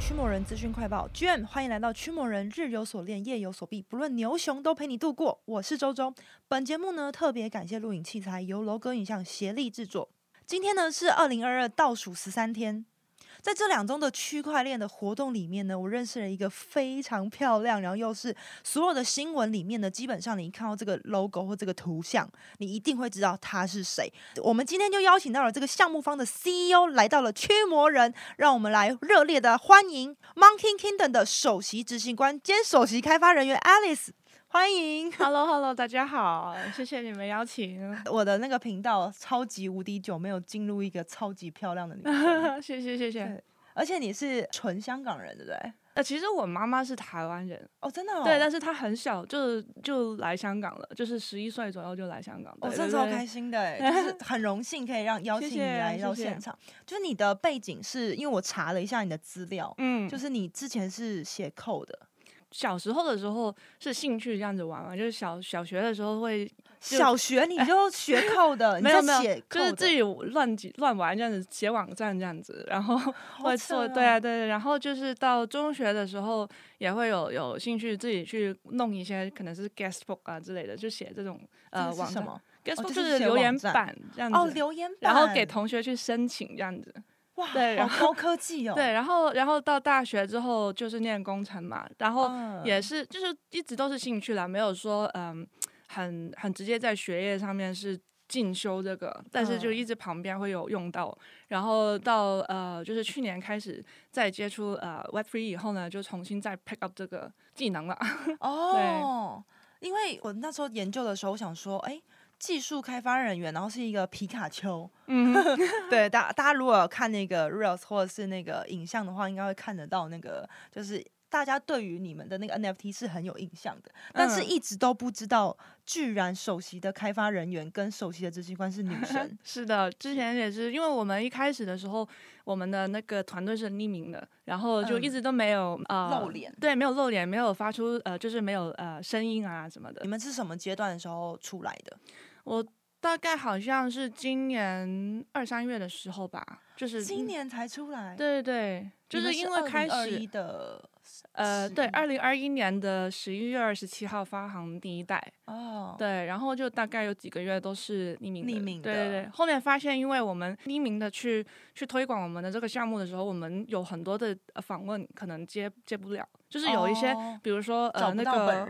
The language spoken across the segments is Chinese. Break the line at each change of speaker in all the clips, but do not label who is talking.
驱魔人资讯快报 GM， 欢迎来到驱魔人，日有所练，夜有所必，不论牛熊都陪你度过。我是周周。本节目呢特别感谢录影器材由楼阁影像协力制作。今天呢是2022倒数13天。在这2周的区块链的活动里面呢，我认识了一个非常漂亮，然后又是所有的新闻里面呢，基本上你一看到这个 logo 或这个图像，你一定会知道他是谁。我们今天就邀请到了这个项目方的 CEO 来到了驱魔人，让我们来热烈的欢迎 Monkey Kingdom 的首席执行官兼首席开发人员 Alice。欢迎
，Hello， 大家好，谢谢你们邀请。
我的那个频道超级无敌久没有进入一个超级漂亮的女生，
谢谢。
而且你是纯香港人，对不对？
其实我妈妈是台湾人
哦，真的哦。
对，但是她很小就来香港了，就是11岁左右就来香港。
我真的超开心的，就是很荣幸可以邀请你来到现场。谢谢。就是你的背景是因为我查了一下你的资料，就是你之前是写 code 的。
小时候的时候是兴趣这样子玩嘛，就是小学的时候会，
小学你就学code的，
没有，
就是
自己乱玩这样子，写网站这样子，然后会做，对，然后就是到中学的时候也会有兴趣自己去弄一些可能是 guestbook 啊之类的，就写这种网站。guestbook 就是留言板这样子，
留言板，
然后给同学去申请这样子。
哇，
对，
好高科技哦。
对，然后到大学之后就是念工程嘛，然后也是就是一直都是兴趣啦，没有说很直接在学业上面是进修这个，但是就一直旁边会有用到。然后到就是去年开始再接触Web3 以后呢，就重新再 pick up 这个技能了。
哦，因为我那时候研究的时候，我想说，技术开发人员，然后是一个皮卡丘。对，大家如果有看那个 Reels 或者是那个影像的话，应该会看得到那个，就是大家对于你们的那个 NFT 是很有印象的，但是一直都不知道，居然首席的开发人员跟首席的执行官是女生。
是的，之前也是，因为我们一开始的时候，我们的那个团队是匿名的，然后就一直都没有
露脸，
对，没有露脸，没有发出就是没有声音啊什么的。
你们是什么阶段的时候出来的？
我大概好像是今年2、3月的时候吧，就是
今年才出来。
对，就是因为开始
的
对，2021年的11月27号发行第一代。对，然后就大概有几个月都是匿名的。对，后面发现因为我们匿名的去推广我们的这个项目的时候，我们有很多的访问可能接不了。就是有一些，比如说那个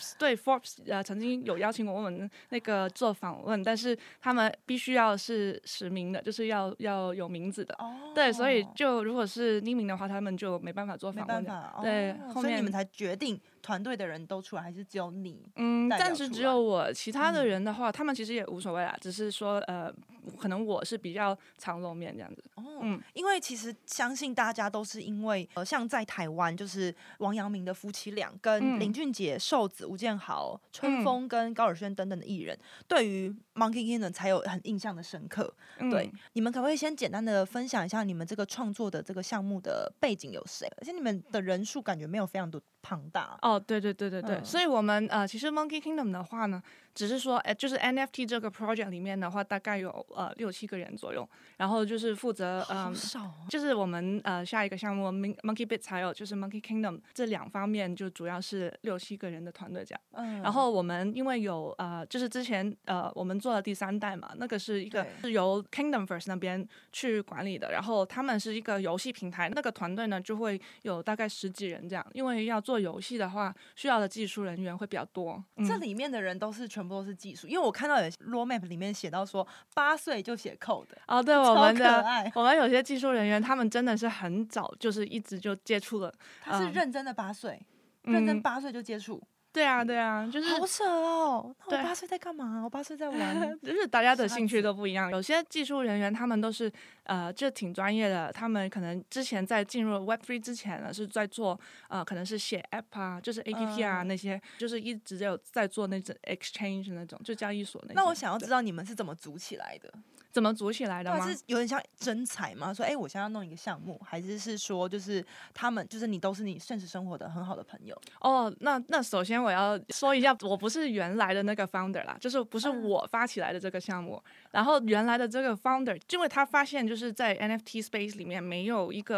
Forbes 曾经有邀请我们那个做访问，但是他们必须要是实名的，就是要有名字的。对，所以就如果是匿名的话，他们就没办法做访问。
没办法。
对，后面
所以你们才决定团队的人都出来，还是只有你？
暂时只有我，其他的人的话，他们其实也无所谓啦，只是说可能我是比较常露面这样子。
因为其实相信大家都是因为像在台湾，就是王阳明的夫妻俩跟林俊杰、瘦子、吴建豪、春风跟高尔宣等等的艺人，对于 Monkey Kingdom 才有很印象的深刻。对，你们可不可以先简单的分享一下你们这个创作的这个项目的背景有谁？而且你们的人数感觉没有非常的庞大。
对，所以我们其实 Monkey Kingdom 的话呢，只是说就是 NFT 这个 project 里面的话，大概有6、7个人左右，然后就是负责
好少
就是我们下一个项目 Monkey Bits 还有就是 Monkey Kingdom 这2方面就主要是6、7个人的团队这样。然后我们因为有就是之前我们做了第3代嘛，那个是一个是由 Kingdom First 那边去管理的，然后他们是一个游戏平台，那个团队呢就会有大概10几人这样，因为要做游戏的话，需要的技术人员会比较多。
这里面的人全部都是技术，因为我看到有 roadmap 里面写到说8岁就写 code 的。
对，我们有些技术人员，他们真的是很早就是一直就接触了。
他是认真的8岁，认真8岁就接触。
对啊，就是
好扯哦！那我8岁在干嘛？我8岁在玩，
就是大家的兴趣都不一样。有些技术人员他们都是就挺专业的，他们可能之前在进入 Web3 之前呢是在做可能是写 App 啊，就是 APP 啊那些，就是一直有在做那种 Exchange 那种，就交易所那些。
那我想要知道你们是怎么组起来的？
怎么组起来的吗？
是有点像征才吗？说我现在要弄一个项目，还是说就是他们就是你都是你现实生活的很好的朋友？
那首先我要说一下，我不是原来的那个 founder 啦，就是不是我发起来的这个项目。然后原来的这个 founder，因为他发现就是在 NFT space 里面没有一个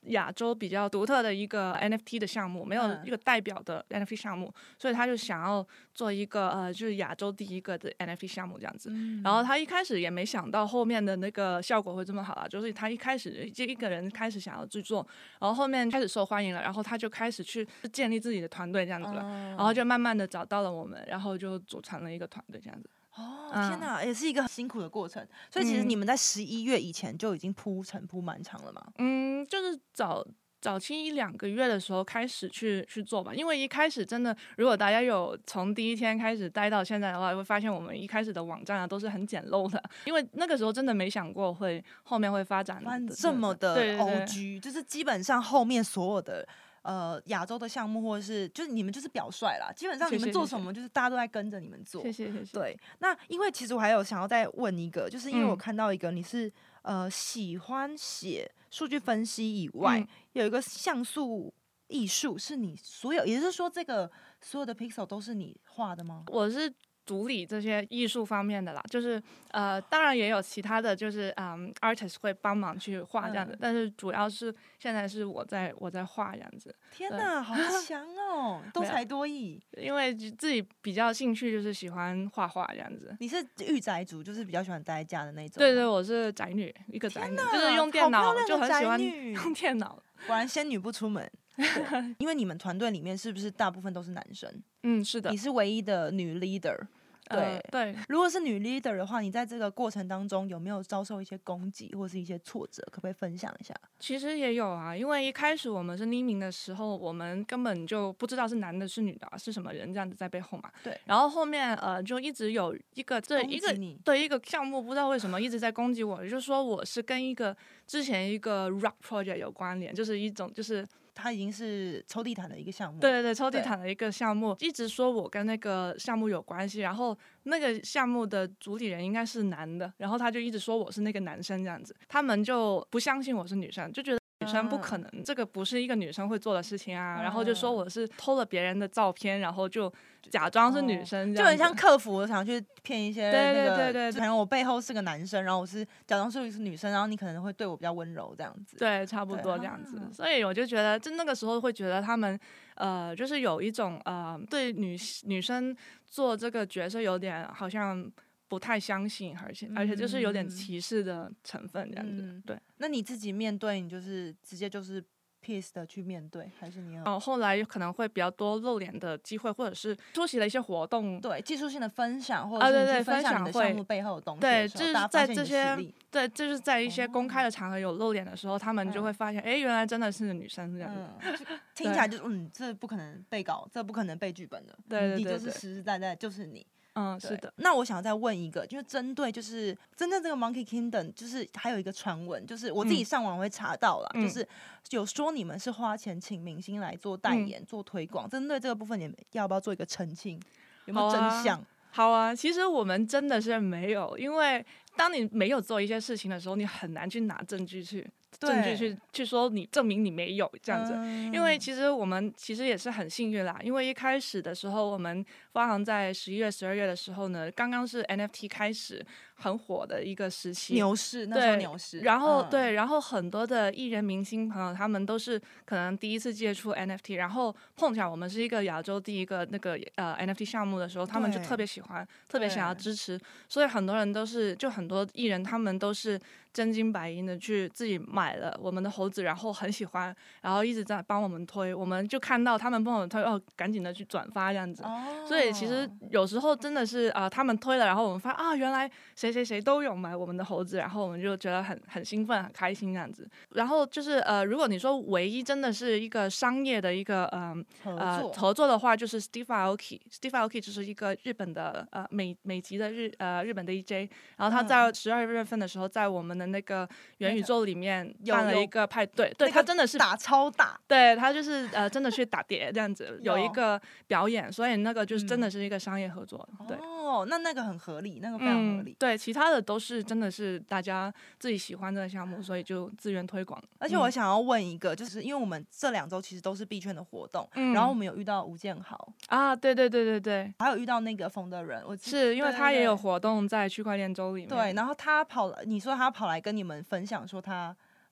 亚洲比较独特的一个 NFT 的项目，没有一个代表的 NFT 项目，所以他就想要做一个就是亚洲第一个的 NFT 项目这样子。然后他一开始也没想到后面的那个效果会这么好啊，就是他一开始就一个人开始想要去做，然后后面开始受欢迎了，然后他就开始去建立自己的团队这样子了，然后就慢慢的找到了我们，然后就组成了一个团队这样子。
天哪，也是一个很辛苦的过程。所以其实你们在11月以前就已经铺蛮长了吗？
就是早期1-2个月的时候开始去做吧，因为一开始真的，如果大家有从第一天开始待到现在的话，会发现我们一开始的网站都是很简陋的，因为那个时候真的没想过后面会发展
这么的 OG， 就是基本上后面所有的亚洲的项目或者是就是你们就是表率啦，基本上你们做什么就是大家都在跟着你们做。
谢谢。
对，那因为其实我还有想要再问一个，就是因为我看到一个你是喜欢写数据分析以外，有一个像素艺术是你所有，也就是说这个所有的 pixel 都是你画的吗？
我是处理这些艺术方面的啦，就是当然也有其他的就是artist 会帮忙去画这样子，但是主要是现在是我在画这样子。
天哪，好强哦，多才多艺。
因为自己比较兴趣就是喜欢画画这样子。
你是御宅族，就是比较喜欢待在家的那种？
对，我是宅女，一个宅女，就是用电脑，就很喜欢用电脑。
果然仙女不出门。因为你们团队里面是不是大部分都是男生？
是的。
你是唯一的女 leader。对。如果是女 leader 的话，你在这个过程当中有没有遭受一些攻击或是一些挫折？可不可以分享一下？
其实也有啊，因为一开始我们是匿名的时候，我们根本就不知道是男的是女的是什么人这样子在背后嘛。
对。
然后后面就一直有一个一个项目，不知道为什么一直在攻击我，就是说我是跟之前一个 rock project 有关联，就是一种就是
它已经是抽地毯的一个项目。
对，抽地毯的一个项目，一直说我跟那个项目有关系，然后那个项目的主理人应该是男的，然后他就一直说我是那个男生这样子，他们就不相信我是女生，就觉得女生不可能，这个不是一个女生会做的事情啊，然后就说我是偷了别人的照片，然后就假装是女生这样子，
就很像客服想去骗一些
对，
可能我背后是个男生，然后我是假装是女生，然后你可能会对我比较温柔这样子。
对，差不多这样子。所以我就觉得，就那个时候会觉得他们就是有一种对女生做这个角色有点好像不太相信，而且就是有点歧视的成分这样子。对。
那你自己面对，你就是直接就是peace 的去面对，还是你
后来可能会比较多露脸的机会，或者是出席了一些活动，
对技术性的分享，或者是分享你的项目背后的东西的时候，
对，就是在这些就是在一些公开的场合有露脸的时候，他们就会发现，原来真的是女生这样子，
听起来就是这不可能被稿，这不可能被剧本的，
对，
你就是实实在在就是你。
是的。
那我想再问一个，就是针对就是真正这个 Monkey Kingdom， 就是还有一个传闻，就是我自己上网会查到啦，就是有说你们是花钱请明星来做代言、做推广。针对这个部分，你们要不要做一个澄清？有没有真相？
好啊，其实我们真的是没有，因为当你没有做一些事情的时候，你很难去拿证据去说你证明你没有这样子。因为其实我们也是很幸运啦，因为一开始的时候我们发行在11月12月的时候呢，刚刚是 NFT 开始很火的一个时期，
牛市，那时候牛市。
然后然后很多的艺人明星朋友他们都是可能第一次接触 NFT， 然后碰巧我们是一个亚洲第一个那个NFT 项目的时候，他们就特别喜欢，特别想要支持，所以很多人都是很多艺人他们都是真金白银的去自己买了我们的猴子，然后很喜欢，然后一直在帮我们推，我们就看到他们帮我们推，赶紧的去转发这样子。所以其实有时候真的是他们推了，然后我们发现原来谁都有买我们的猴子，然后我们就觉得很兴奋很开心这样子。然后就是如果你说唯一真的是一个商业的一个合作的话，就是 Steve Aoki 就是一个日本的美籍的日本的 DJ， 然后他在12月份的时候在我们的那个元宇宙里面办了一个派对，对，他真的是
打超大，
对，他就是真的去打碟这样子，有一个表演，所以那个就是真的是一个商业合作。对，
那个很合理，那个非常合理。
对，其他的都是真的是大家自己喜欢这个项目，所以就自愿推广。
而且我想要问一个，就是因为我们这2周其实都是币圈的活动，然后我们有遇到吴建豪
啊，对，
还有遇到那个冯德仁，
是因为他也有活动在区块链周里面，
对，然后你说他跑来跟你们分享说他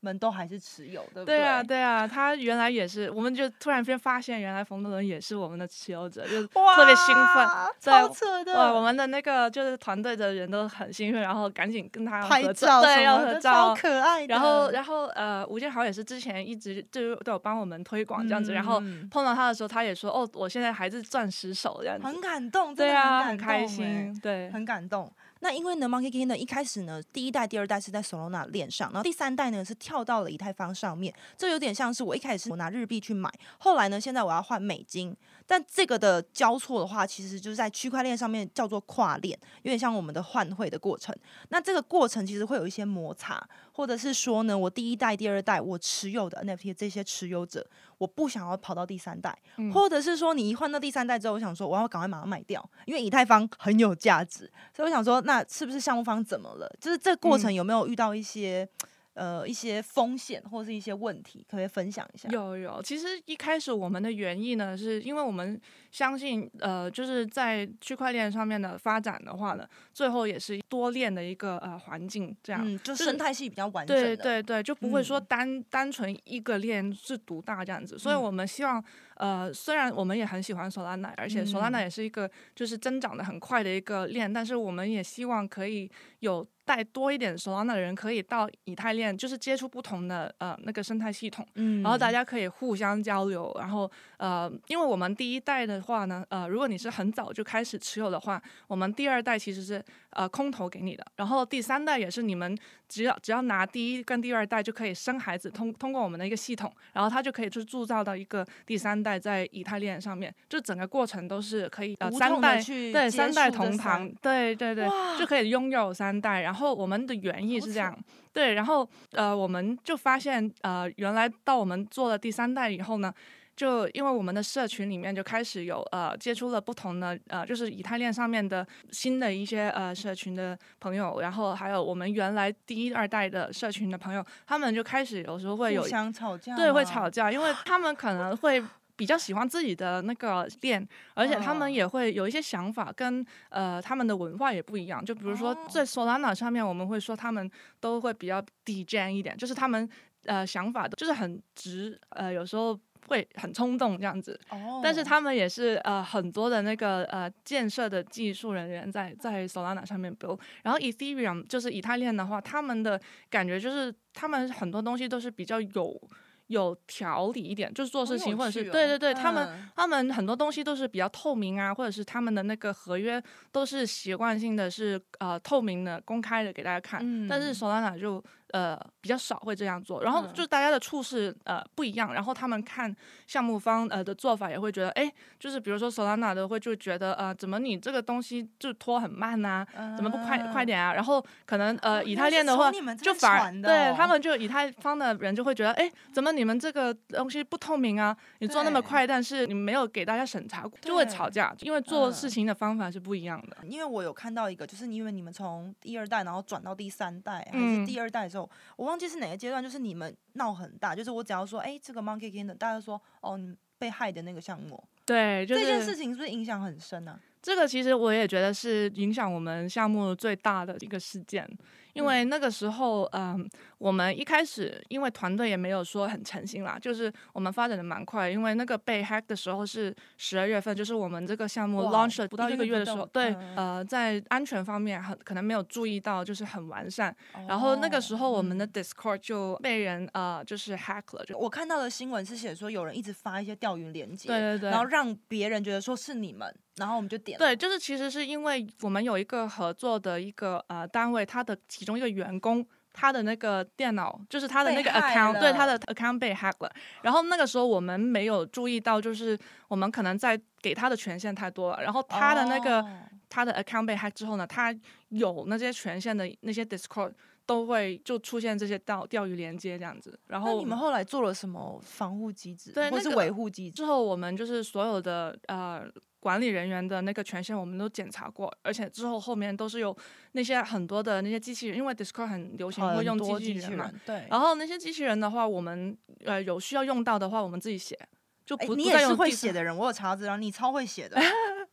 们都还是持有，对不
对？对啊，对啊，他原来也是，我们就突然间发现，原来冯德伦也是我们的持有者，就特别兴奋，
超扯的。
我们的那个就是团队的人都很兴奋，然后赶紧跟他
拍照，
对，要合照，
超可爱的。
然后吴建豪也是之前一直就都有帮我们推广这样子，然后碰到他的时候，他也说哦，我现在还是钻石手这样子，
很感动，
对啊，
很
开心，对，
很感动。那因为呢 Monkey Kingdom 一开始呢，第一代、第二代是在 Solana 链上，然后第三代呢是跳到了以太坊上面。这有点像是我一开始我拿日币去买，后来呢现在我要换美金，但这个的交错的话，其实就是在区块链上面叫做跨链，有点像我们的换汇的过程。那这个过程其实会有一些摩擦，或者是说呢，我第一代、第二代我持有的 NFT 这些持有者，我不想要跑到第三代，或者是说你一换到第三代之后，我想说我要赶快马上买掉，因为以太坊很有价值，所以我想说那是不是项目方怎么了？就是这个过程有没有遇到一些风险或是一些问题，可不可以分享一下？
有，其实一开始我们的原意呢，是因为我们相信就是在区块链上面的发展的话呢，最后也是多链的一个环境，这样，
就生态系比较完整的，
对，就不会说单纯一个链是独大这样子，所以我们希望虽然我们也很喜欢 Solana， 而且 Solana 也是一个就是增长的很快的一个链，但是我们也希望可以有带多一点 Solana 的人可以到以太链，就是接触不同的那个生态系统，然后大家可以互相交流，然后因为我们第一代的话呢，如果你是很早就开始持有的话，我们第二代其实是空投给你的，然后第三代也是你们只要拿第一跟第二代就可以生孩子，通过我们的一个系统，然后它就可以去铸造到一个第三代在以太链上面，就整个过程都是可以三代同堂，对，就可以拥有三代。然后我们的原意是这样，对，然后我们就发现原来到我们做了第三代以后呢，就因为我们的社群里面就开始有接触了不同的就是以太链上面的新的一些社群的朋友，然后还有我们原来第一二代的社群的朋友，他们就开始有时候会有
互相吵架，
对，会吵架，因为他们可能会比较喜欢自己的那个链，而且他们也会有一些想法跟他们的文化也不一样，就比如说在 Solana 上面，我们会说他们都会比较 degen 一点，就是他们想法就是很直，有时候会很冲动这样子，但是他们也是很多的那个建设的技术人员在 Solana 上面 build， 然后 Ethereum 就是以太链的话，他们的感觉就是他们很多东西都是比较有条理一点，就是做事情或者是对，他们很多东西都是比较透明啊，或者是他们的那个合约都是习惯性的是透明的、公开的给大家看，但是 Solana 就比较少会这样做，然后就大家的处事不一样，然后他们看项目方的做法也会觉得，哎，就是比如说 Solana 的会就觉得怎么你这个东西就拖很慢啊，怎么不快点啊？然后可能以太链的话就对他们就以太方的人就会觉得，哎，怎么你们这个东西不透明啊？你做那么快，但是你们没有给大家审查，就会吵架，因为做事情的方法是不一样的。
因为我有看到一个，就是因为你们从第二代然后转到第三代还是第二代的时候。我忘记是哪个阶段，就是你们闹很大，就是我只要说，哎，这个 Monkey Kingdom， 大家说，哦，你被害的那个项目，
对，就是
这件事情是不是影响很深啊？
这个其实我也觉得是影响我们项目最大的一个事件，因为那个时候，我们一开始因为团队也没有说很诚心啦，就是我们发展的蛮快，因为那个被 hack 的时候是12月份，就是我们这个项目 launch 不到1个月的时候，对，在安全方面可能没有注意到，就是很完善，然后那个时候我们的 Discord 就被人就是 hack 了，就
我看到的新闻是写说有人一直发一些钓鱼连结，
对，
然后让别人觉得说是你们。然后我们就点了。
对，就是其实是因为我们有一个合作的一个单位，他的其中一个员工，他的那个电脑就是他的那个 account， 对，他的 account 被 hack 了。然后那个时候我们没有注意到，就是我们可能在给他的权限太多了。然后他的那个他的 account 被 hack 之后呢，他有那些权限的那些 Discord 都会就出现这些钓鱼连接这样子。然后
那你们后来做了什么防护机制，对，或是维护机制？
之后我们就是所有的管理人员的那个权限我们都检查过，而且之后后面都是有那些很多的那些机器人，因为 Discord 很流行会用机器人嘛，
对。
然后那些机器人的话，我们有需要用到的话，我们自己写，就不
你也是会写的人，我有查资料，你超会写的。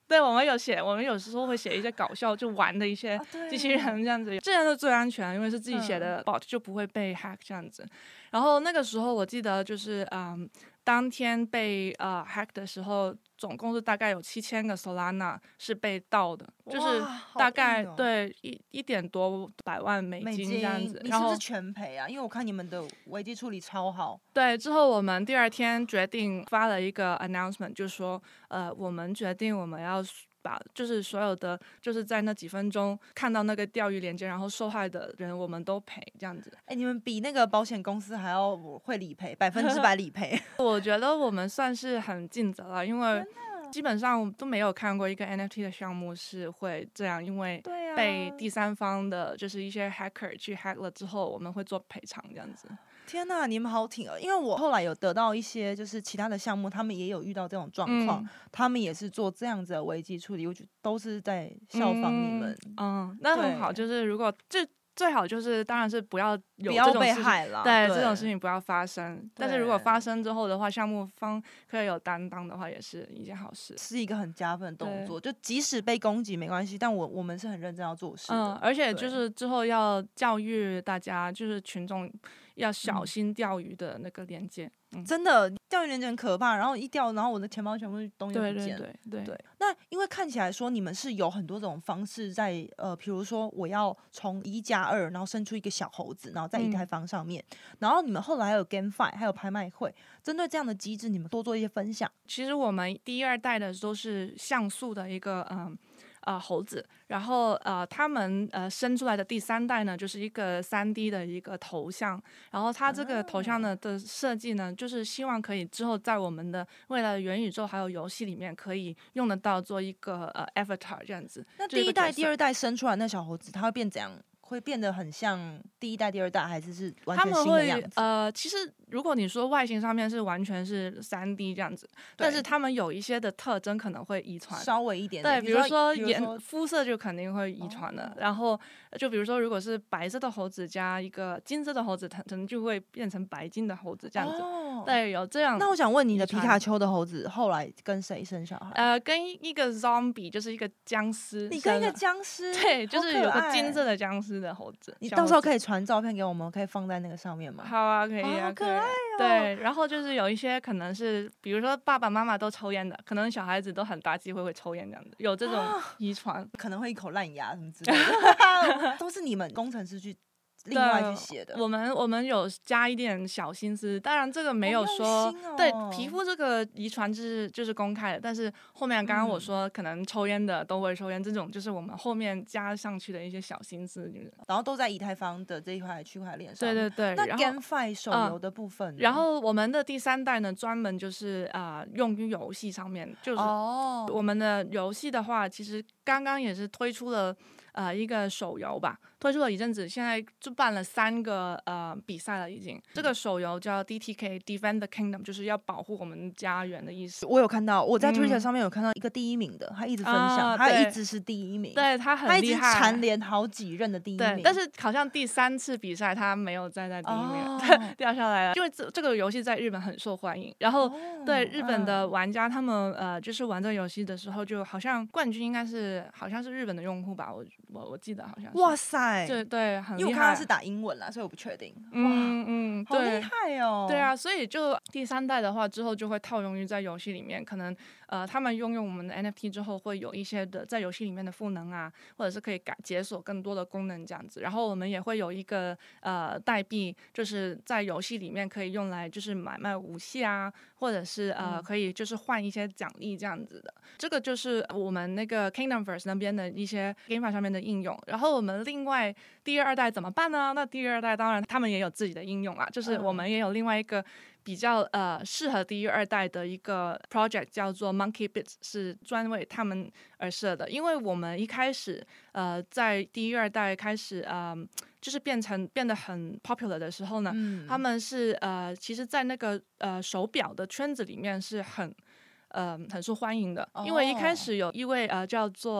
对，我们有写，我们有时候会写一些搞笑就玩的一些机器人这样子，这样是最安全，因为是自己写的 bot 就不会被 hack 这样子。然后那个时候我记得就是当天被hack 的时候，总共是大概有7000个 Solana 是被盗的，就是大概对1点多百万美金这样子。
你是不是全赔啊？因为我看你们的危机处理超好。
对，之后我们第2天决定发了一个 announcement， 就说我们决定我们要把就是所有的就是在那几分钟看到那个钓鱼链接然后受害的人我们都赔这样子。
你们比那个保险公司还要会理赔，100%理赔。
我觉得我们算是很尽责了，因为基本上都没有看过一个 NFT 的项目是会这样，因为被第三方的就是一些 hacker 去 hack 了之后，我们会做赔偿这样子。
天哪，你们好挺哦！因为我后来有得到一些就是其他的项目，他们也有遇到这种状况，他们也是做这样子的危机处理，我觉得都是在效仿你们。
那很好，就是如果最好就是当然是不要有
这种被害了，
对这种事情不要发生。但是如果发生之后的话，项目方可以有担当的话，也是一件好事，
是一个很加分的动作。就即使被攻击没关系，但我们是很认真要做事的。
而且就是之后要教育大家，就是群众要小心钓鱼的那个连接。
真的钓鱼链接很可怕，然后一钓，然后我的钱包全部东西不见了。
对。
那因为看起来说你们是有很多种方式在比如说我要从1+2，然后生出一个小猴子，然后在以太坊上面，然后你们后来还有 GameFi， 还有拍卖会，针对这样的机制，你们多做一些分享。
其实我们第2代的都是像素的一个猴子，然后他们生出来的第3代呢，就是一个3D 的一个头像，然后它这个头像呢的设计呢，就是希望可以之后在我们的未来的元宇宙还有游戏里面可以用得到做一个avatar 这样子。
那第1代、第2代生出来那小猴子，它会变怎样？会变得很像第1代、第2代，还是完全新的样子？
其实如果你说外形上面是完全是3D 这样子，但是他们有一些的特征可能会遗传，
稍微一点
点。对，比如说肤色就肯定会遗传的。然后就比如说，如果是白色的猴子加一个金色的猴子，可能就会变成白金的猴子这样子。对，有这样。
那我想问你的皮卡丘的猴子后来跟谁生小孩？
跟一个 zombie， 就是一个僵尸。
你跟一个僵尸？
对，就是有个金色的僵尸的猴子。
你到时候可以传照片给我们，可以放在那个上面吗？
好啊，可以啊，
好可爱哦。
对，然后就是有一些可能是，比如说爸爸妈妈都抽烟的，可能小孩子都很大机会会抽烟这样子，有这种遗传，
可能会一口烂牙什么之类的，都是你们工程师去另外去写的。
我们有加一点小心思，当然这个没有说对皮肤这个遗传就是公开的，但是后面刚刚我说可能抽烟的都会抽烟，这种就是我们后面加上去的一些小心思，
然后都在以太坊的这一块区块链上。
对。
那 GameFi 手游的部分，
然后我们的第3代呢，专门就是用于游戏上面，就是我们的游戏的话，其实刚刚也是推出了一个手游吧，推出了一阵子，现在就办了3个比赛了已经。这个手游叫 DTK Defend the Kingdom， 就是要保护我们家园的意思。
我有看到，我在 Twitter 上面有看到一个第1名的，他一直分享，他一直是第1名，
对他很厉害，
他一直蝉联好几任的第1名。
对，但是好像第3次比赛他没有再在第1名，掉下来了。因为这个游戏在日本很受欢迎，然后对日本的玩家，他们就是玩这个游戏的时候，就好像冠军应该是好像是日本的用户吧，我记得好像是。
哇塞，
对，很厉害。
因为我看他是打英文啦，所以我不确定。好厉害哦。
对啊，所以就第3代的话之后就会套用于在游戏里面，可能他们用我们的 NFT 之后会有一些的在游戏里面的赋能啊，或者是可以解锁更多的功能这样子。然后我们也会有一个代币，就是在游戏里面可以用来就是买卖武器啊，或者是可以就是换一些奖励这样子的。这个就是我们那个 Kingdomverse 那边的一些 GameFi 上面的应用。然后我们另外第2代怎么办呢？那第2代当然他们也有自己的应用啦，就是我们也有另外一个比较适合第2代的一个 project 叫做 Monkey Bits， 是专为他们而设的。因为我们一开始在第2代开始就是变得很 popular 的时候呢，他们是其实在那个手表的圈子里面是很受欢迎的。因为一开始有一位叫做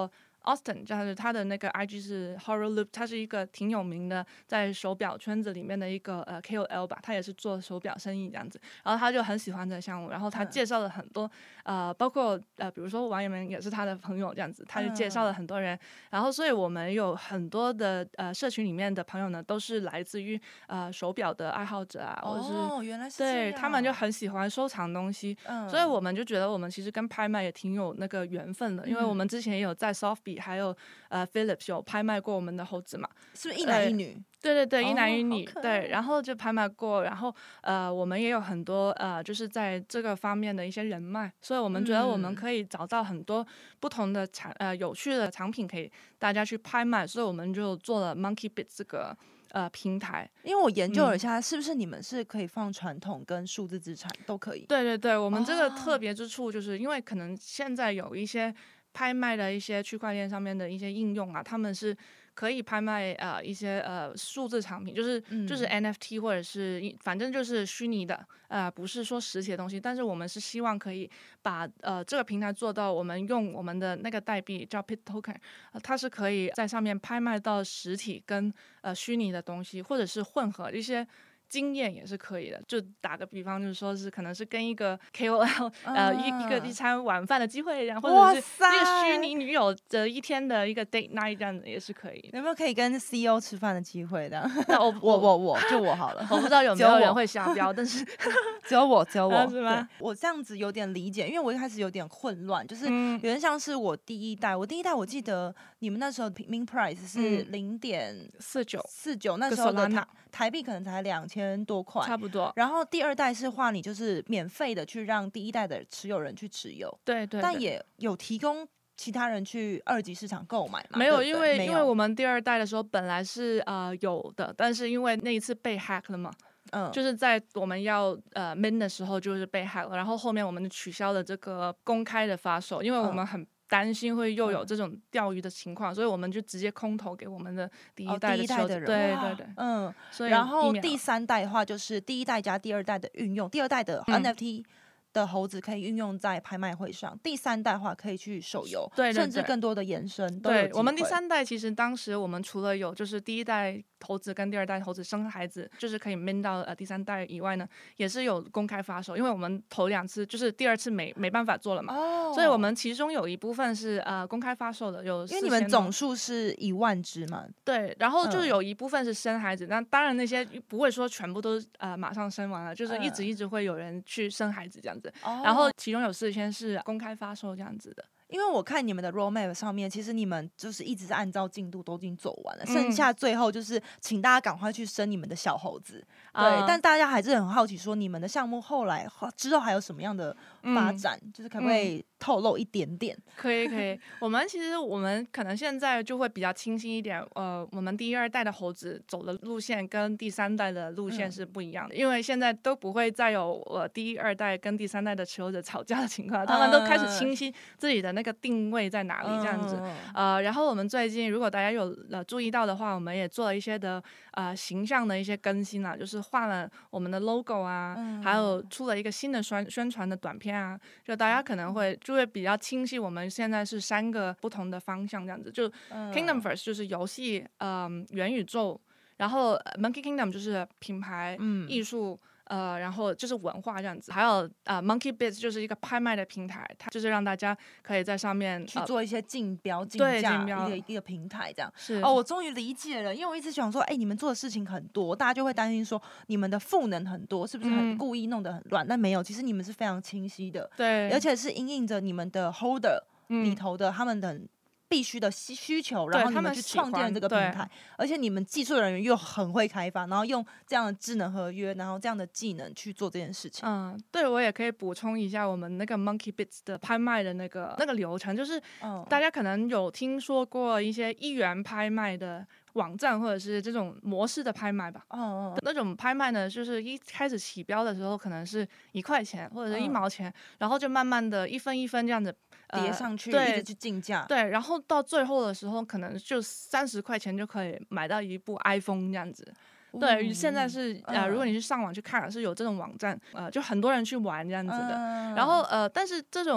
Austin， 就是他的那个 IG 是 Horror Loop， 他是一个挺有名的在手表圈子里面的一个KOL 吧，他也是做手表生意这样子，然后他就很喜欢这个项目，然后他介绍了很多包括比如说王阳明也是他的朋友这样子，他就介绍了很多人，然后所以我们有很多的社群里面的朋友呢，都是来自于手表的爱好者啊，或者是
原来是这样，
对，他们就很喜欢收藏东西，所以我们就觉得我们其实跟拍卖也挺有那个缘分的，因为我们之前也有在 Sotheby 还有Philips 有拍卖过我们的猴子嘛，
是不是一男一女？
对对对，一男一女，对，然后就拍卖过，然后我们也有很多就是在这个方面的一些人脉，所以我们觉得我们可以找到很多不同的有趣的产品可以大家去拍卖，所以我们就做了 Monkey Bit 这个平台。
因为我研究了一下，是不是你们是可以放传统跟数字资产都可以？
对对对，我们这个特别之处就是因为可能现在有一些拍卖的一些区块链上面的一些应用啊，他们是可以拍卖一些数字产品，就是 NFT 或者是反正就是虚拟的不是说实体的东西，但是我们是希望可以把这个平台做到我们用我们的那个代币叫 Pit Token，它是可以在上面拍卖到实体跟虚拟的东西，或者是混合一些经验也是可以的，就打个比方，就是说是可能是跟一个 KOL 一餐晚饭的机会，然后或者是一个虚拟女友的一天的一个 date night 这样子也是可以。
有没有可以跟 CEO 吃饭的机会的？
那
我好了，
我不知道有没有人会下标，但是
只有我
是吗？
我这样子有点理解，因为我一开始有点混乱，就是有点像是我第一代，我记得你们那时候平均 price 是0.49，那时候的台币可能才2000多块，
差不多。
然后第二代是话你就是免费的去让第一代的持有人去持有，
对对，
但也有提供其他人去二级市场购买嘛？
没有，因为我们第二代的时候本来是有的，但是因为那一次被 hack 了嘛。就是在我们要min 的时候就是被 hack 了，然后后面我们取消了这个公开的发售，因为我们很担心会又有这种钓鱼的情况，所以我们就直接空投给我们的第一代的人。对对对，所以
然后第三代的话就是第一代加第二代的运用，第二代的 NFT 的猴子可以运用在拍卖会上，第三代的话可以去手游，
对，
甚至更多的延伸。
对，我们第三代其实当时我们除了有就是第一代猴子跟第二代猴子生孩子，就是可以 min 到第三代以外呢，也是有公开发售，因为我们头2次就是第2次没办法做了嘛，所以我们其中有一部分是公开发售的，有
因为你们总数是1万只嘛，
对，然后就是有一部分是生孩子，那当然那些不会说全部都马上生完了，就是一直会有人去生孩子这样子，然后其中有4000是公开发售这样子的。
因为我看你们的 roadmap 上面，其实你们就是一直是按照进度都已经走完了，剩下最后就是请大家赶快去生你们的小猴子。对，但大家还是很好奇，说你们的项目后来之后还有什么样的发展？就是可不可以透露一点点？
可以。我们可能现在就会比较清晰一点。我们第2代的猴子走的路线跟第3代的路线是不一样的，因为现在都不会再有第2代跟第3代的持有者吵架的情况，他们都开始清晰自己的那个定位在哪里这样子。然后我们最近如果大家有注意到的话，我们也做了一些的形象的一些更新啊，就是换了我们的 logo 啊，还有出了一个新的宣传的短片啊，就大家可能就会比较清晰我们现在是3个不同的方向这样子。就 Kingdomverse 就是游戏元宇宙，然后 Monkey Kingdom 就是品牌艺术然后就是文化这样子，还有Monkey Bits 就是一个拍卖的平台，它就是让大家可以在上面
去做一些竞标竞价一个平台这样。
是
我终于理解了，因为我一直想说，你们做的事情很多，大家就会担心说你们的赋能很多，是不是很故意弄得很乱？但没有，其实你们是非常清晰的，
对，
而且是因应着你们的 holder 里头的他们的必须的需求，然后你们去创建这个平台，而且你们技术人员又很会开发，然后用这样的智能合约，然后这样的技能去做这件事情。
对，我也可以补充一下我们那个 Monkey Bits 的拍卖的那个流程，就是大家可能有听说过一些1元拍卖的网站或者是这种模式的拍卖吧。那种拍卖呢，就是一开始起标的时候可能是1块钱或者是1毛钱，然后就慢慢的1分1分这样子
叠上去，一直去竞价。
对，然后到最后的时候，可能就30块钱就可以买到一部 iPhone 这样子。对，现在是如果你是上网去看，是有这种网站，就很多人去玩这样子的。然后但是这种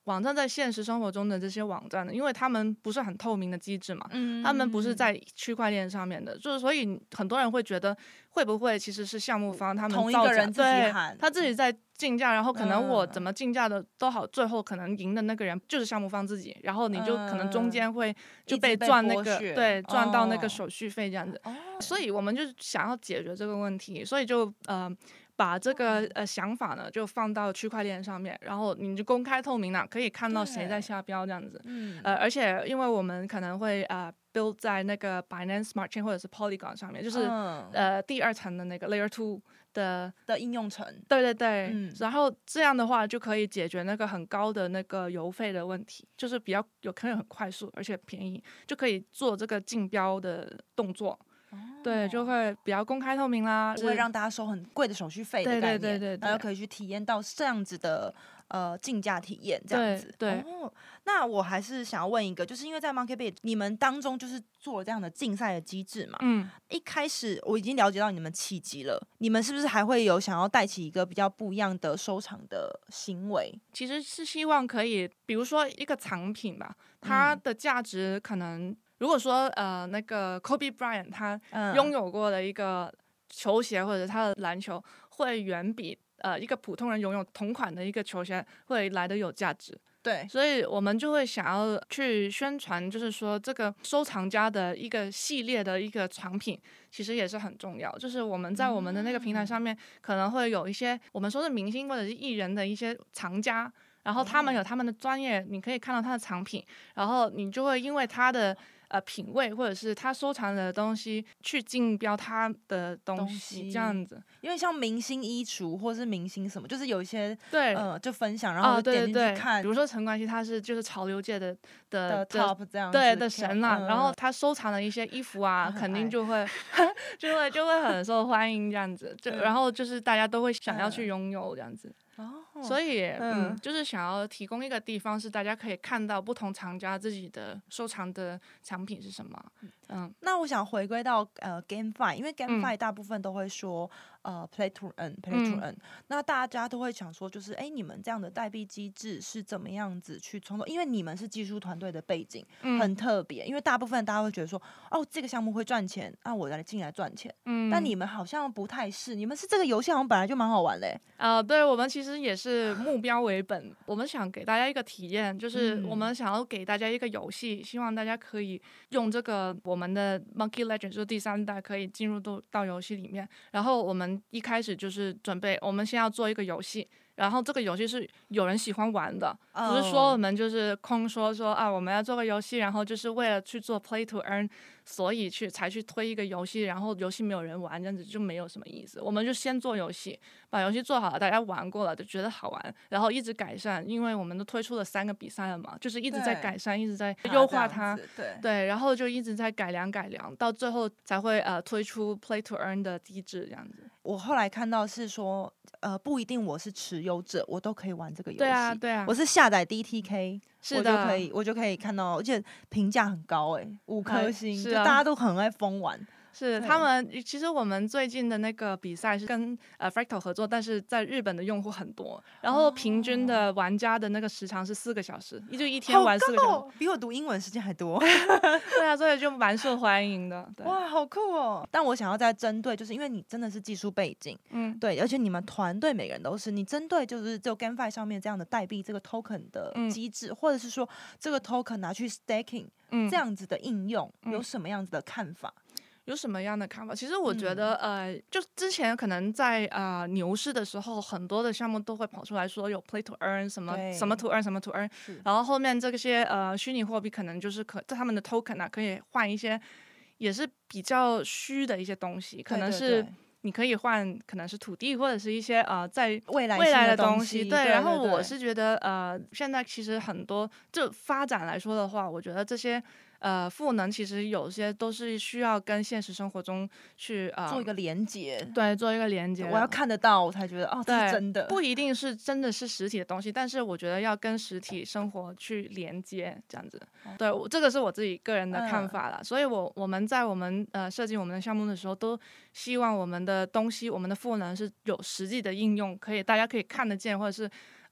网站在现实生活中的这些网站呢，因为他们不是很透明的机制嘛，他们不是在区块链上面的，就是所以很多人会觉得会不会其实是项目方他们
同一个人自己喊，
他自己在竞价，然后可能我怎么竞价的都好，最后可能赢的那个人就是项目方自己，然后你就可能中间会就被赚那个赚到那个手续费这样子，所以我们就想要解决这个问题，所以就把这个想法呢就放到区块链上面，然后你就公开透明了，可以看到谁在下标这样子。而且因为我们可能会build 在那个 Binance Smart Chain 或者是 Polygon 上面，就是第2层的那个 Layer 2的
应用层。
对，然后这样的话就可以解决那个很高的那个邮费的问题，就是比较可以很快速而且便宜，就可以做这个竞标的动作。对，就会比较公开透明啦，
不会让大家收很贵的手续费的概念，
对，
然后可以去体验到这样子的竞价体验这样子。
对，
那我还是想要问一个，就是因为在 MonkeyBit 你们当中就是做了这样的竞赛的机制嘛，一开始我已经了解到你们契机了，你们是不是还会有想要带起一个比较不一样的收藏的行为？
其实是希望可以，比如说一个藏品吧，它的价值可能。如果说那个 Kobe Bryant 他拥有过的一个球鞋或者他的篮球，会远比一个普通人拥有同款的一个球鞋会来得有价值。
对，
所以我们就会想要去宣传，就是说这个收藏家的一个系列的一个产品，其实也是很重要。就是我们在我们的那个平台上面，可能会有一些我们说是明星或者是艺人的一些藏家，然后他们有他们的专业，你可以看到他的藏品，然后你就会因为他的品味或者是他收藏的东西去竞标他的东西这样子。
因为像明星衣橱或是明星什么，就是有一些
对
就分享，然后点进去看。
比如说陈冠希，他是就是潮流界的
top 这样子，
对的神啦，然后他收藏的一些衣服啊，肯定就会很受欢迎这样子，然后就是大家都会想要去拥有这样子。所以就是想要提供一个地方，是大家可以看到不同藏家自己的收藏的产品是什么。
那我想回归到GameFi， 因为 GameFi 大部分都会说play to earn，那大家都会想说，就是你们这样的代币机制是怎么样子去创作？因为你们是技术团队的背景，很特别。因为大部分大家会觉得说，这个项目会赚钱，我进来赚钱。但你们好像不太是，你们是这个游戏好像本来就蛮好玩嘞。
对，我们其实也是目标为本，我们想给大家一个体验，就是我们想要给大家一个游戏，希望大家可以用这个我们的 Monkey Legends 就是第3代可以进入到游戏里面。然后我们一开始就是准备，我们先要做一个游戏，然后这个游戏是有人喜欢玩的，不是说我们就是空说我们要做个游戏，然后就是为了去做 play to earn， 所以才去推一个游戏，然后游戏没有人玩，这样子就没有什么意思。我们就先做游戏，把游戏做好了，大家玩过了就觉得好玩，然后一直改善，因为我们都推出了3个比赛了嘛，就是一直在改善，一直在优化它，对，然后就一直在改良，到最后才会推出 play to earn 的机制这样子。
我后来看到是说，不一定我是持有者，我都可以玩这个游戏。
对啊，
我是下载 DTK，
是的，
我就可以看到，而且评价很高5颗星，就大家都很爱疯玩。
是他们，其实我们最近的那个比赛是跟Fractal 合作，但是在日本的用户很多，然后平均的玩家的那个时长是4个小时，就一天玩4个小时，
比我读英文时间还多。
对啊，所以就蛮受欢迎的。
哇，好酷哦！但我想要再针对，就是因为你真的是技术背景，对，而且你们团队每个人都是，你针对就是就 GameFi 上面这样的代币这个 token 的机制，或者是说这个 token 拿去 staking 这样子的应用，有什么样子的看法？
有什么样的看法？其实我觉得，就之前可能在牛市的时候，很多的项目都会跑出来说有 play to earn 什么 to earn 什么 to earn， 然后后面这些虚拟货币可能就是他们的 token 可以换一些也是比较虚的一些东西，可能是你可以换，可能是土地或者是一些在未来的东西。对，然后我是觉得现在其实很多就发展来说的话，我觉得这些赋能其实有些都是需要跟现实生活中去
做一个连接，
对，做一个连接。
我要看得到，我才觉得这是真的，
不一定是真的是实体的东西，但是我觉得要跟实体生活去连接，这样子。对，这个是我自己个人的看法啦。所以我们在我们设计我们的项目的时候，都希望我们的东西，我们的赋能是有实际的应用，大家可以看得见，或者是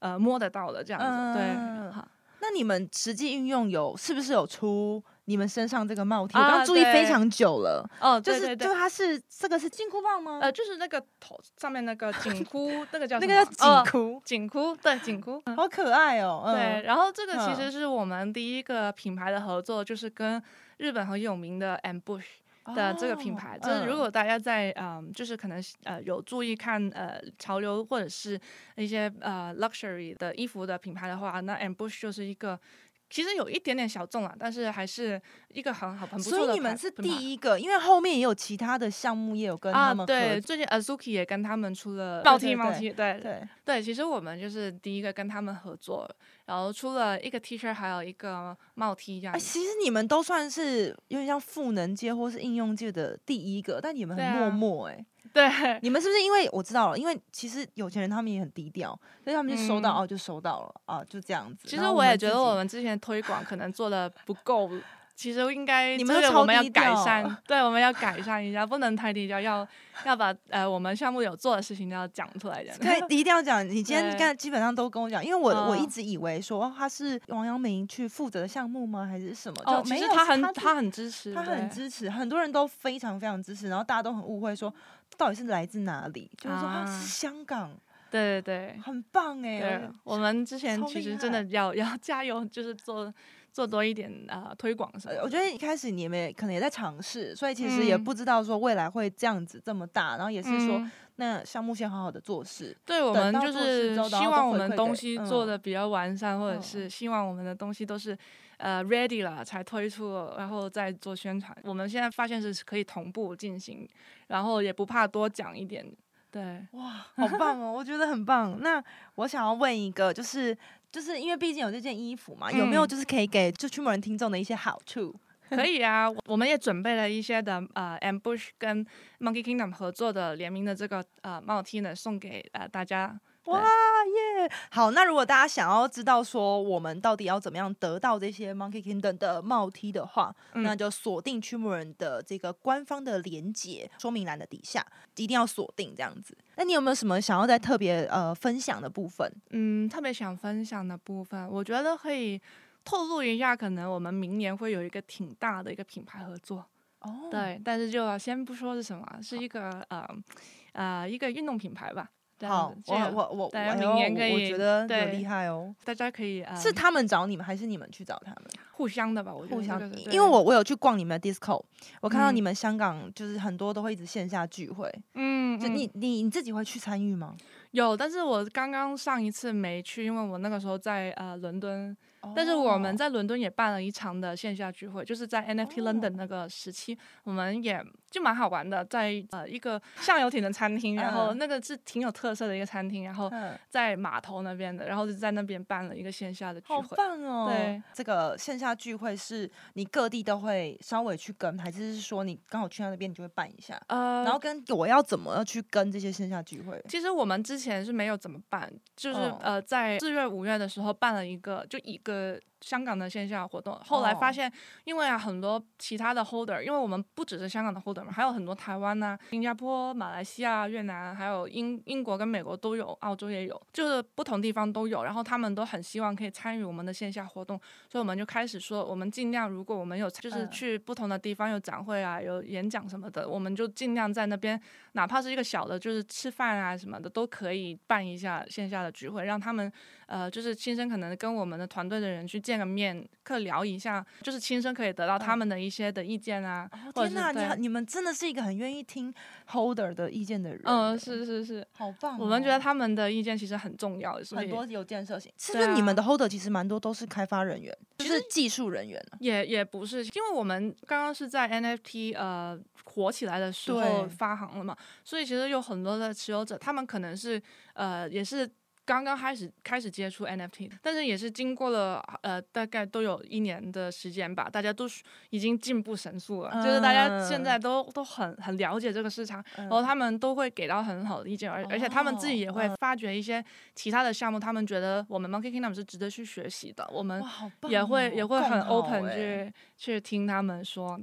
摸得到的这样子。对，
那你们实际运用是不是有出你们身上这个帽 T？ 我刚注意非常久了。
对对对，
就它是这个是紧箍棒吗？
就是那个头上面那个紧箍，那个叫什么？
那个叫紧箍。
紧箍，对，紧箍，
好可爱哦。
对，然后这个其实是我们第一个品牌的合作，就是跟日本很有名的 Ambush的这个品牌。就是如果大家在就是可能有注意看潮流或者是一些luxury 的衣服的品牌的话，那 Ambush 就是一个。其实有一点点小众啦，但是还是一个很不错的。
所以你们是第一个，因为后面也有其他的项目也有跟他们合作。
对，最近 Azuki 也跟他们出了帽 T，对，其实我们就是第一个跟他们合作，然后出了一个 T 恤，还有一个帽 T 这样。
其实你们都算是有点像赋能界或是应用界的第一个，但你们很默默
对，
你们是不是因为我知道了？因为其实有钱人他们也很低调，所以他们就收到就收到了就这样子。
其实我也觉得我们之前推广可能做的不够，其实应该
你们
我们要改善，对，我们要改善一下，不能太低调，要把我们项目有做的事情要讲出来，
可以一定要讲。你今天刚才基本上都跟我讲，因为我一直以为说他是王阳明去负责的项目吗，还是什么？
其实他很支持，
他很支持，很多人都非常非常支持，然后大家都很误会说到底是来自哪里，就是说他是香港。
对对对，
很棒
我们之前其实真的要加油，就是做多一点推广什么。
我觉得一开始你们可能也在尝试，所以其实也不知道说未来会这样子这么大，然后也是说那项目先好好的做事。
对，我们就是希望我们东西做的比较完善，或者是希望我们的东西都是ready 了才推出，然后再做宣传。我们现在发现是可以同步进行，然后也不怕多讲一点。对，
哇，好棒哦！我觉得很棒。那我想要问一个，就是因为毕竟有这件衣服嘛，有没有就是可以给就驱魔人听众的一些好处？
可以啊，我们也准备了一些的Ambush 跟 Monkey Kingdom 合作的联名的这个帽 T 呢，送给大家。
哇耶！好，那如果大家想要知道说我们到底要怎么样得到这些 Monkey Kingdom 的帽 T 的话，那就锁定驱魔人的这个官方的连结说明栏的底下，一定要锁定这样子。那你有没有什么想要再特别分享的部分？
特别想分享的部分，我觉得可以透露一下，可能我们明年会有一个挺大的一个品牌合作。对，但是就先不说是什么，是一个一个运动品牌吧。
好，我
明年可以，
我觉得有厉害哦。
大家可以
是他们找你们，还是你们去找他们？
互相的吧，我觉得
互相。因为我有去逛你们的 Disco， 我看到你们香港就是很多都会一直线下聚会。就你自己会去参与吗？
有，但是我刚刚上一次没去，因为我那个时候在伦敦。但是我们在伦敦也办了一场的线下聚会，就是在 NFT London 那个时期，我们也就蛮好玩的，在一个像游艇的餐厅，然后那个是挺有特色的一个餐厅，然后在码头那边的，然后就在那边办了一个线下的聚会。
好棒哦！
对，
这个线下聚会是你各地都会稍微去跟，还是说你刚好去到那边你就会办一下？然后跟我要怎么去跟这些线下聚会？
其实我们之前是没有怎么办，就是在4月5月的时候办了一个香港的线下活动，后来发现因为很多其他的 holder， 因为我们不只是香港的 holder 嘛，还有很多台湾啊、新加坡、马来西亚、越南，还有英国跟美国都有，澳洲也有，就是不同地方都有，然后他们都很希望可以参与我们的线下活动，所以我们就开始说，我们尽量如果我们有就是去不同的地方有展会啊、有演讲什么的，我们就尽量在那边，哪怕是一个小的就是吃饭啊什么的，都可以办一下线下的聚会，让他们就是亲身可能跟我们的团队的人去见个面，可以聊一下，就是亲身可以得到他们的一些的意见啊。
天哪，你们真的是一个很愿意听 holder 的意见的人。
是，
好棒。
我们觉得他们的意见其实很重要，所以
很多有建设性。是不是你们的 holder 其实蛮多都是开发人员，就是技术人员呢？
也不是，因为我们刚刚是在 NFT 火起来的时候发行了嘛，所以其实有很多的持有者，他们可能是也是刚刚开始接触 NFT， 但是也是经过了大概都有1年的时间吧，大家都已经进步神速了，就是大家现在都很了解这个市场，然后他们都会给到很好的意见，而且他们自己也会发掘一些其他的项目，他们觉得我们 Monkey Kingdom 是值得去学习的，我们也会很 open 去听他们说。对，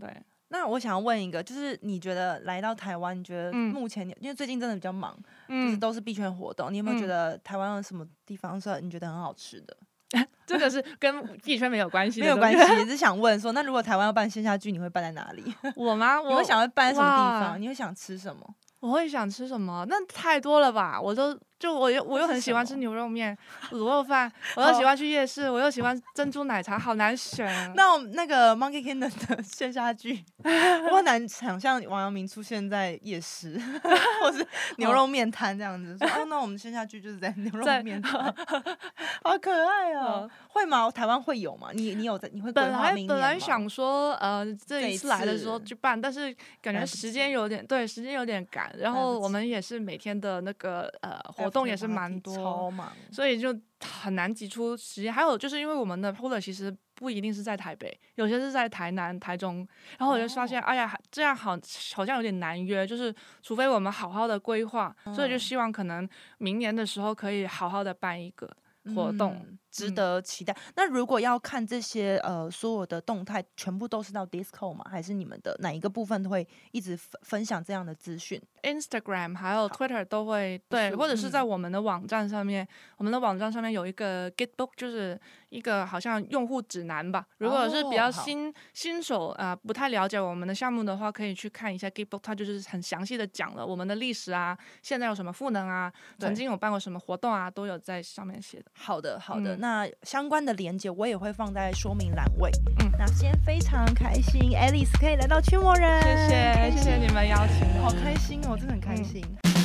那我想要问一个，就是你觉得来到台湾，你觉得目前因为最近真的比较忙，就是都是币圈活动，你有没有觉得台湾有什么地方是你觉得很好吃的？
这个是跟币圈没有关系的，
没有关系，也是想问说，那如果台湾要办线下剧，你会办在哪里？
我吗？
你会想要办在什么地方？你会想吃什么？
我会想吃什么？那太多了吧！我又很喜欢吃牛肉面、卤肉饭，我又喜欢去夜市，我又喜欢珍珠奶茶，好难选啊。
那个 Monkey Kingdom 的线下剧，我很难想象王阳明出现在夜市，或是牛肉面摊这样子。说那我们线下剧就是在牛肉面摊，好可爱哦！会吗？台湾会有吗？你会规划明年吗？
本来想说这一次来的时候去办，但是感觉时间有点赶，然后我们也是每天的那个活动也是蛮多，
超忙，
所以就很难挤出时间。还有就是因为我们的 pool 其实不一定是在台北，有些是在台南、台中，然后我就发现，哎呀，这样好像有点难约，就是除非我们好好的规划，所以就希望可能明年的时候可以好好的办一个活动，
值得期待。那如果要看这些所有的动态，全部都是到 Discord 吗？还是你们的哪一个部分会一直分享这样的资讯
？Instagram 还有 Twitter 都会对，或者是在我们的网站上面，我们的网站上面有一个 Gitbook， 就是一个好像用户指南吧。如果是比较新手不太了解我们的项目的话，可以去看一下 Gitbook， 它就是很详细的讲了我们的历史啊，现在有什么赋能啊，曾经有办过什么活动啊，都有在上面写的。
好的，那相关的连结我也会放在说明栏位。那今天非常开心 Alice 可以来到驱魔人，
谢谢你们邀请，
好开心哦，真的很开心。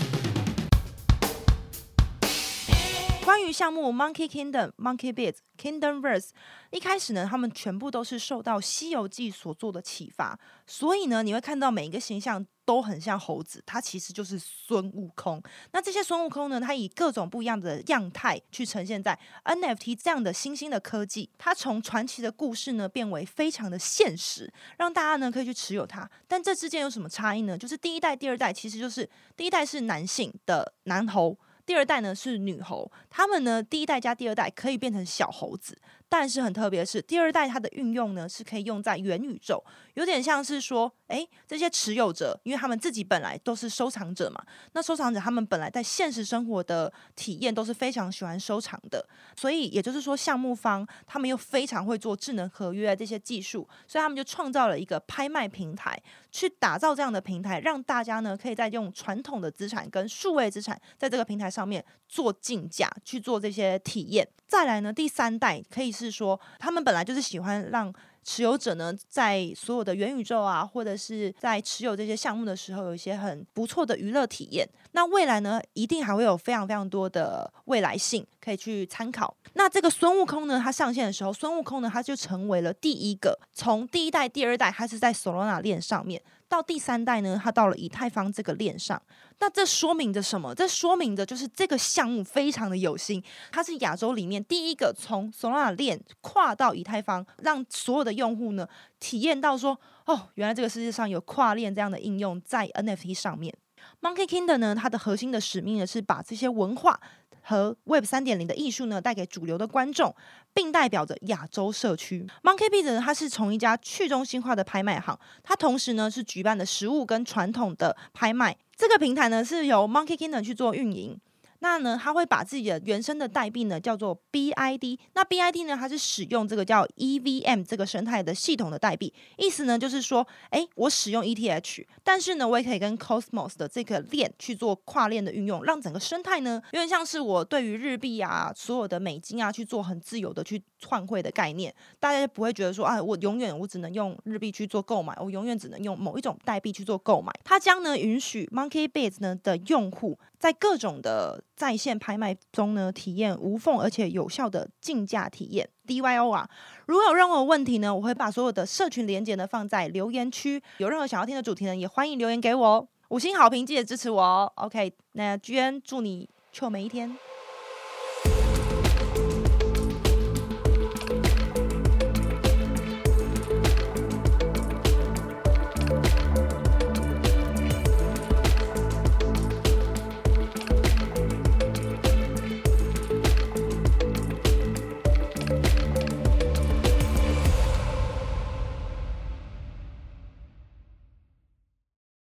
关于项目 Monkey Kingdom、Monkey Biz、Kingdomverse， 一开始呢，他们全部都是受到《西游记》所做的启发，所以呢，你会看到每一个形象都很像猴子，它其实就是孙悟空。那这些孙悟空呢，它以各种不一样的样态去呈现在 NFT 这样的新兴的科技，它从传奇的故事呢变为非常的现实，让大家呢可以去持有它。但这之间有什么差异呢？就是第一代、第二代，其实就是第一代是男性的男猴。第二代呢是女猴，他们呢第一代加第二代可以变成小猴子，但是很特别的是，第二代它的运用呢是可以用在元宇宙，有点像是说，这些持有者，因为他们自己本来都是收藏者嘛，那收藏者他们本来在现实生活的体验都是非常喜欢收藏的，所以也就是说，项目方他们又非常会做智能合约这些技术，所以他们就创造了一个拍卖平台，去打造这样的平台，让大家呢可以再用传统的资产跟数位资产在这个平台上面做竞价，去做这些体验。再来呢，第三代可以是说，他们本来就是喜欢让持有者呢，在所有的元宇宙啊，或者是在持有这些项目的时候，有一些很不错的娱乐体验。那未来呢，一定还会有非常非常多的未来性可以去参考。那这个孙悟空呢，他上线的时候，孙悟空呢，他就成为了第一个从第一代、第二代，他是在 Solana 链上面，到第三代呢，他到了以太坊这个链上。那这说明着什么？这说明着就是这个项目非常的有心，它是亚洲里面第一个从 Solana 链跨到以太坊，让所有的用户呢体验到说，原来这个世界上有跨链这样的应用在 NFT 上面。Monkey Kingdom 呢，它的核心的使命呢是把这些文化和 Web 3.0 的艺术呢带给主流的观众，并代表着亚洲社区。Monkey Biz 呢，它是从一家去中心化的拍卖行，它同时呢是举办的实物跟传统的拍卖。这个平台呢是由 Monkey Kingdom 去做运营。那呢，他会把自己的原生的代币呢叫做 BID， 那 BID 呢，它是使用这个叫 EVM 这个生态的系统的代币，意思呢就是说，我使用 ETH， 但是呢，我也可以跟 Cosmos 的这个链去做跨链的运用，让整个生态呢，有点像是我对于日币啊、所有的美金啊去做很自由的去换汇的概念，大家就不会觉得说，我只能用日币去做购买，我永远只能用某一种代币去做购买。它将呢允许 Monkey Biz 呢的用户在各种的在线拍卖中呢，体验无缝而且有效的竞价体验 DYO 啊。如果有任何问题呢，我会把所有的社群连结呢放在留言区，有任何想要听的主题呢，也欢迎留言给我哦。5星好评记得支持我哦。OK， 那 GN 祝你臭美一天。